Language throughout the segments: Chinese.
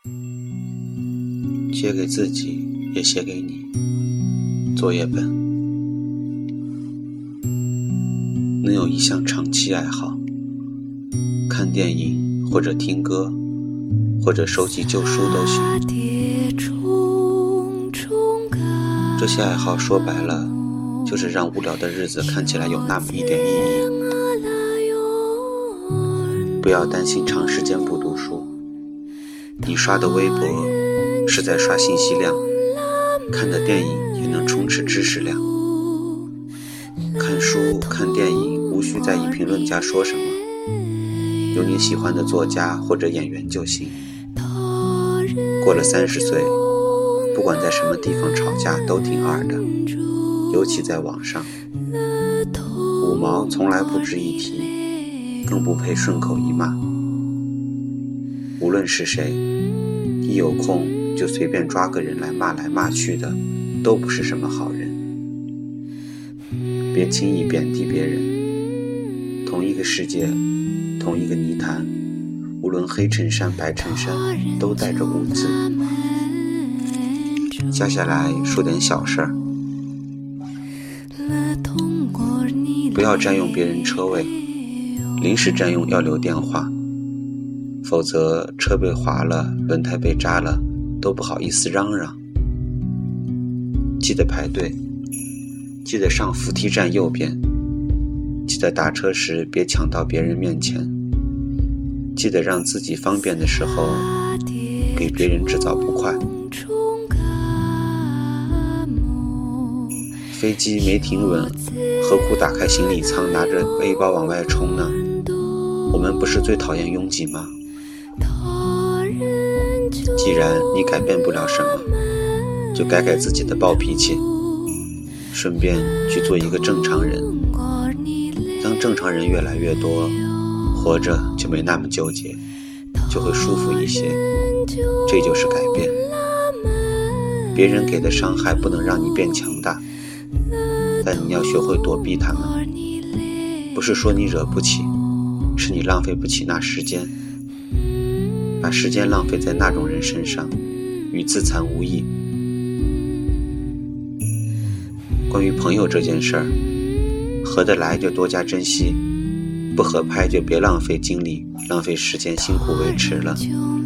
写给自己，也写给你。作业本，能有一项长期爱好，看电影或者听歌，或者收集旧书都行。这些爱好说白了，就是让无聊的日子看起来有那么一点意义。不要担心长时间不读书，你刷的微博是在刷信息量，看的电影也能充斥知识量。看书看电影无需在意评论家说什么，有你喜欢的作家或者演员就行。过了30岁，不管在什么地方吵架都挺二的，尤其在网上，5毛从来不值一提，更不配顺口一骂。无论是谁，一有空就随便抓个人来骂去的，都不是什么好人。别轻易贬低别人，同一个世界，同一个泥潭，无论黑衬衫白衬衫，都带着污渍。接下来说点小事儿，不要占用别人车位，临时占用要留电话，否则车被划了，轮胎被扎了，都不好意思嚷嚷。记得排队，记得上扶梯站右边，记得打车时别抢到别人面前，记得让自己方便的时候给别人制造不快。飞机没停稳，何苦打开行李舱拿着背包往外冲呢？我们不是最讨厌拥挤吗？既然你改变不了什么，就改改自己的暴脾气，顺便去做一个正常人。当正常人越来越多，活着就没那么纠结，就会舒服一些。这就是改变。别人给的伤害不能让你变强大，但你要学会躲避他们。不是说你惹不起，是你浪费不起那时间。把时间浪费在那种人身上，与自残无异。关于朋友这件事儿，合得来就多加珍惜，不合拍就别浪费精力浪费时间辛苦维持了。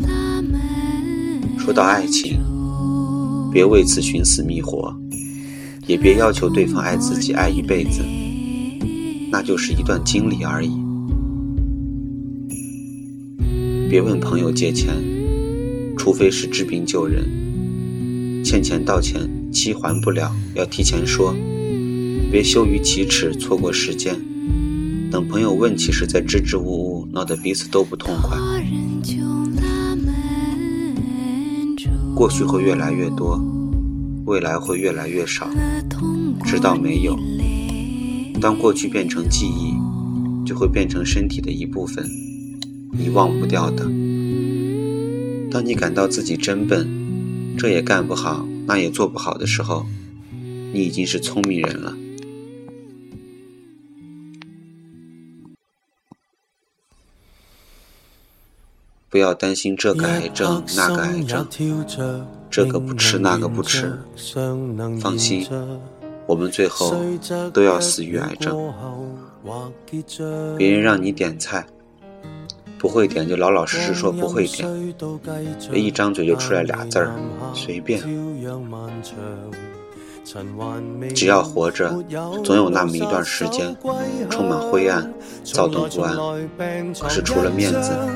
说到爱情，别为此寻死觅活，也别要求对方爱自己爱一辈子，那就是一段经历而已。别问朋友借钱，除非是治病救人。欠钱道歉期还不了，要提前说，别羞于启齿错过时间，等朋友问起时再支支吾吾，闹得彼此都不痛快。过去会越来越多，未来会越来越少，直到没有。当过去变成记忆，就会变成身体的一部分，你忘不掉的。当你感到自己真笨，这也干不好那也做不好的时候，你已经是聪明人了。不要担心这个癌症那个癌症，这个不吃那个不吃，放心，我们最后都要死于癌症。别人让你点菜，不会点就老老实实说不会点，别一张嘴就出来俩字儿随便。只要活着，总有那么一段时间充满灰暗，躁动不安。可是除了面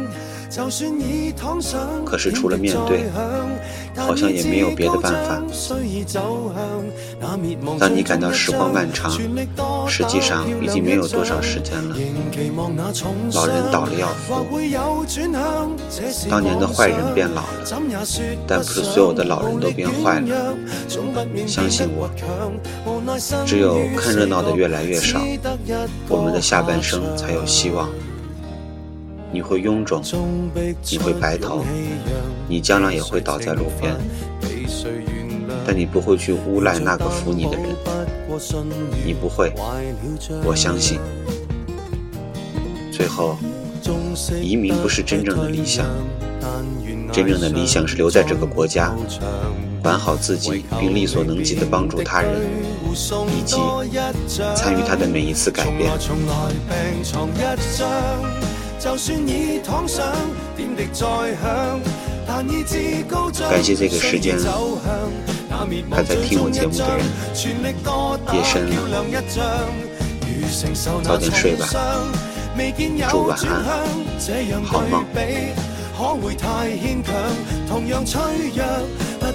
对，好像也没有别的办法。当你感到时光漫长，实际上已经没有多少时间了。老人倒了要扶，当年的坏人变老了，但不是所有的老人都变坏了。相信我，只有看热闹的越来越少，我们的下半生才有希望。你会臃肿，你会白头，你将来也会倒在路边，但你不会去诬赖那个扶你的人，你不会，我相信。最后移民不是真正的理想，真正的理想是留在这个国家，管好自己，并力所能及地帮助他人，以及参与他的每一次改变。感谢这个时间还在听我节目的人，夜深了，早点睡吧，祝晚安，好梦。